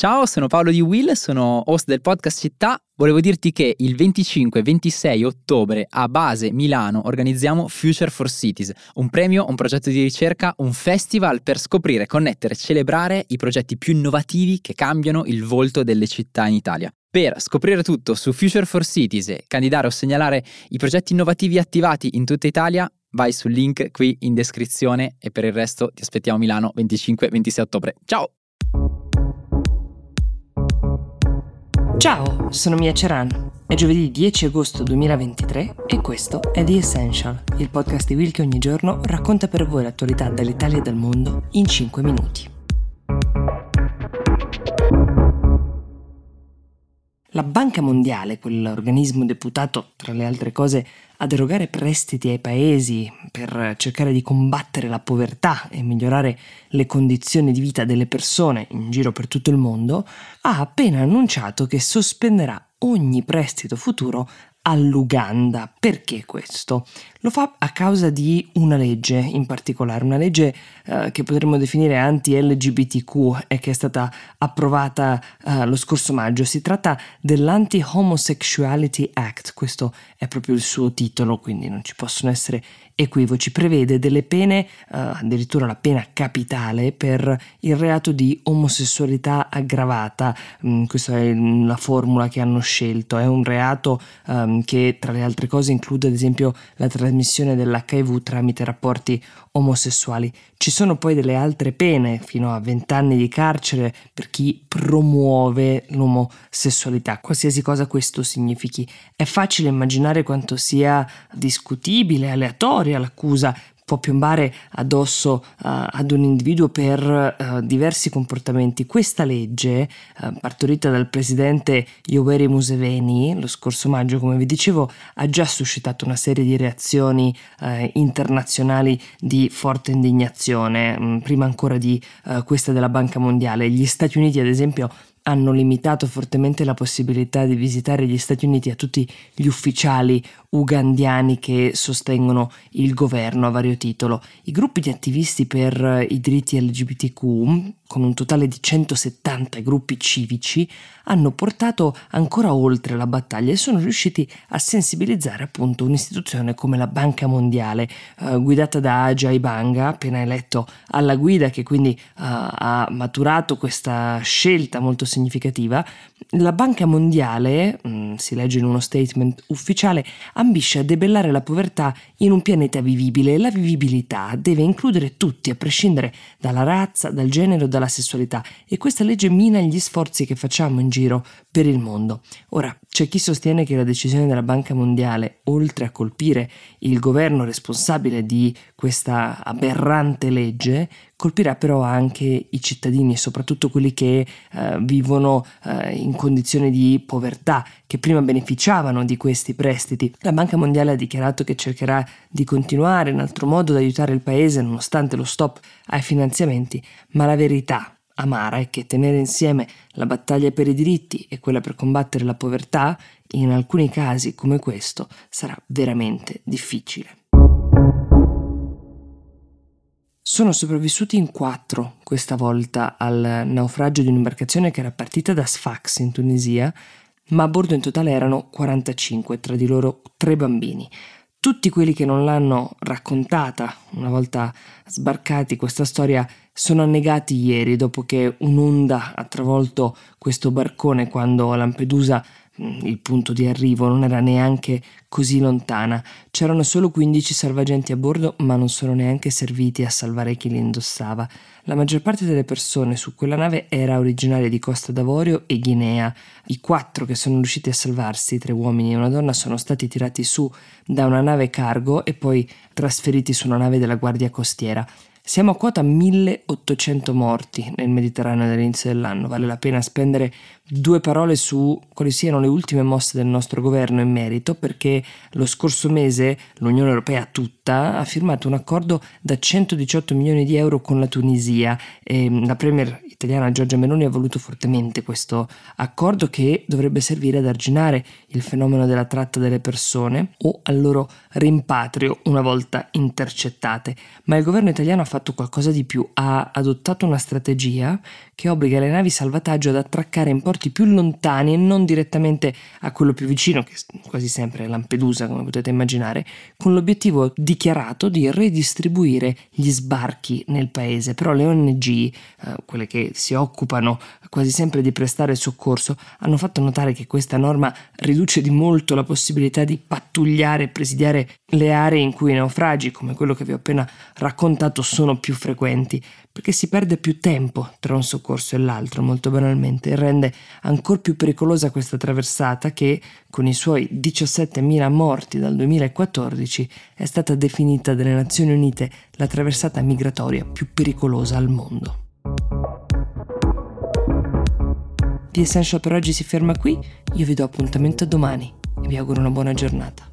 Ciao, sono Paolo di Will, sono host del podcast Città. Volevo dirti che il 25 e 26 ottobre a Base Milano organizziamo Future for Cities, un premio, un progetto di ricerca, un festival per scoprire, connettere e celebrare i progetti più innovativi che cambiano il volto delle città in Italia. Per scoprire tutto su Future for Cities e candidare o segnalare i progetti innovativi attivati in tutta Italia, vai sul link qui in descrizione e per il resto ti aspettiamo a Milano 25 e 26 ottobre. Ciao! Ciao, sono Mia Ceran. È giovedì 10 agosto 2023 e questo è The Essential, il podcast di Will che ogni giorno racconta per voi l'attualità dall'Italia e dal mondo in 5 minuti. La Banca Mondiale, quell'organismo deputato, tra le altre cose, ad erogare prestiti ai paesi per cercare di combattere la povertà e migliorare le condizioni di vita delle persone in giro per tutto il mondo, ha appena annunciato che sospenderà ogni prestito futuro all'Uganda. Perché questo? Lo fa a causa di una legge in particolare, una legge che potremmo definire anti-LGBTQ e che è stata approvata lo scorso maggio. Si tratta dell'Anti-Homosexuality Act, questo è proprio il suo titolo, quindi non ci possono essere equivoci. Prevede delle pene, addirittura la pena capitale per il reato di omosessualità aggravata. Questa è la formula che hanno scelto. È un reato che tra le altre cose include ad esempio la trasmissione dell'HIV tramite rapporti omosessuali. Ci sono poi delle altre pene fino a 20 anni di carcere per chi promuove l'omosessualità, qualsiasi cosa questo significhi. È facile immaginare quanto sia discutibile, aleatoria l'accusa può piombare addosso ad un individuo per diversi comportamenti. Questa legge, partorita dal presidente Yoweri Museveni lo scorso maggio, come vi dicevo, ha già suscitato una serie di reazioni internazionali di forte indignazione, prima ancora di questa della Banca Mondiale. Gli Stati Uniti, ad esempio, hanno limitato fortemente la possibilità di visitare gli Stati Uniti a tutti gli ufficiali ugandiani che sostengono il governo a vario titolo. I gruppi di attivisti per i diritti LGBTQ, con un totale di 170 gruppi civici, hanno portato ancora oltre la battaglia e sono riusciti a sensibilizzare appunto un'istituzione come la Banca Mondiale, guidata da Ajay Banga, appena eletto alla guida, che quindi ha maturato questa scelta molto significativa. La Banca Mondiale, si legge in uno statement ufficiale, ambisce a debellare la povertà in un pianeta vivibile. La vivibilità deve includere tutti, a prescindere dalla razza, dal genere o dalla sessualità, e questa legge mina gli sforzi che facciamo in giro per il mondo. Ora, c'è chi sostiene che la decisione della Banca Mondiale, oltre a colpire il governo responsabile di questa aberrante legge, colpirà però anche i cittadini e soprattutto quelli che vivono in condizioni di povertà, che prima beneficiavano di questi prestiti. La Banca Mondiale ha dichiarato che cercherà di continuare in altro modo ad aiutare il paese nonostante lo stop ai finanziamenti, ma la verità amara è che tenere insieme la battaglia per i diritti e quella per combattere la povertà, in alcuni casi come questo, sarà veramente difficile. Sono sopravvissuti in 4 questa volta al naufragio di un'imbarcazione che era partita da Sfax in Tunisia, ma a bordo in totale erano 45, tra di loro 3 bambini. Tutti quelli che non l'hanno raccontata una volta sbarcati questa storia sono annegati ieri, dopo che un'onda ha travolto questo barcone quando a Lampedusa il punto di arrivo non era neanche così lontana. C'erano solo 15 salvagenti a bordo, ma non sono neanche serviti a salvare chi li indossava. La maggior parte delle persone su quella nave era originaria di Costa d'Avorio e Guinea. I 4 che sono riusciti a salvarsi, 3 uomini e una donna, sono stati tirati su da una nave cargo e poi trasferiti su una nave della Guardia Costiera. Siamo a quota 1800 morti nel Mediterraneo dall'inizio dell'anno. Vale la pena spendere 2 parole su quali siano le ultime mosse del nostro governo in merito, perché lo scorso mese l'Unione Europea tutta ha firmato un accordo da 118 milioni di euro con la Tunisia e la premier italiana Giorgia Meloni ha voluto fortemente questo accordo che dovrebbe servire ad arginare il fenomeno della tratta delle persone o al loro rimpatrio una volta intercettate. Ma il governo italiano ha fatto qualcosa di più, ha adottato una strategia che obbliga le navi salvataggio ad attraccare in porti più lontani e non direttamente a quello più vicino, che quasi sempre è Lampedusa, come potete immaginare, con l'obiettivo dichiarato di redistribuire gli sbarchi nel paese. Però le ONG, quelle che si occupano quasi sempre di prestare soccorso, hanno fatto notare che questa norma riduce di molto la possibilità di pattugliare e presidiare le aree in cui i naufragi, come quello che vi ho appena raccontato, sono più frequenti, perché si perde più tempo tra un soccorso e l'altro, molto banalmente, e rende ancora più pericolosa questa traversata che, con i suoi 17.000 morti dal 2014, è stata definita dalle Nazioni Unite la traversata migratoria più pericolosa al mondo. The Essential per oggi si ferma qui, io vi do appuntamento a domani e vi auguro una buona giornata.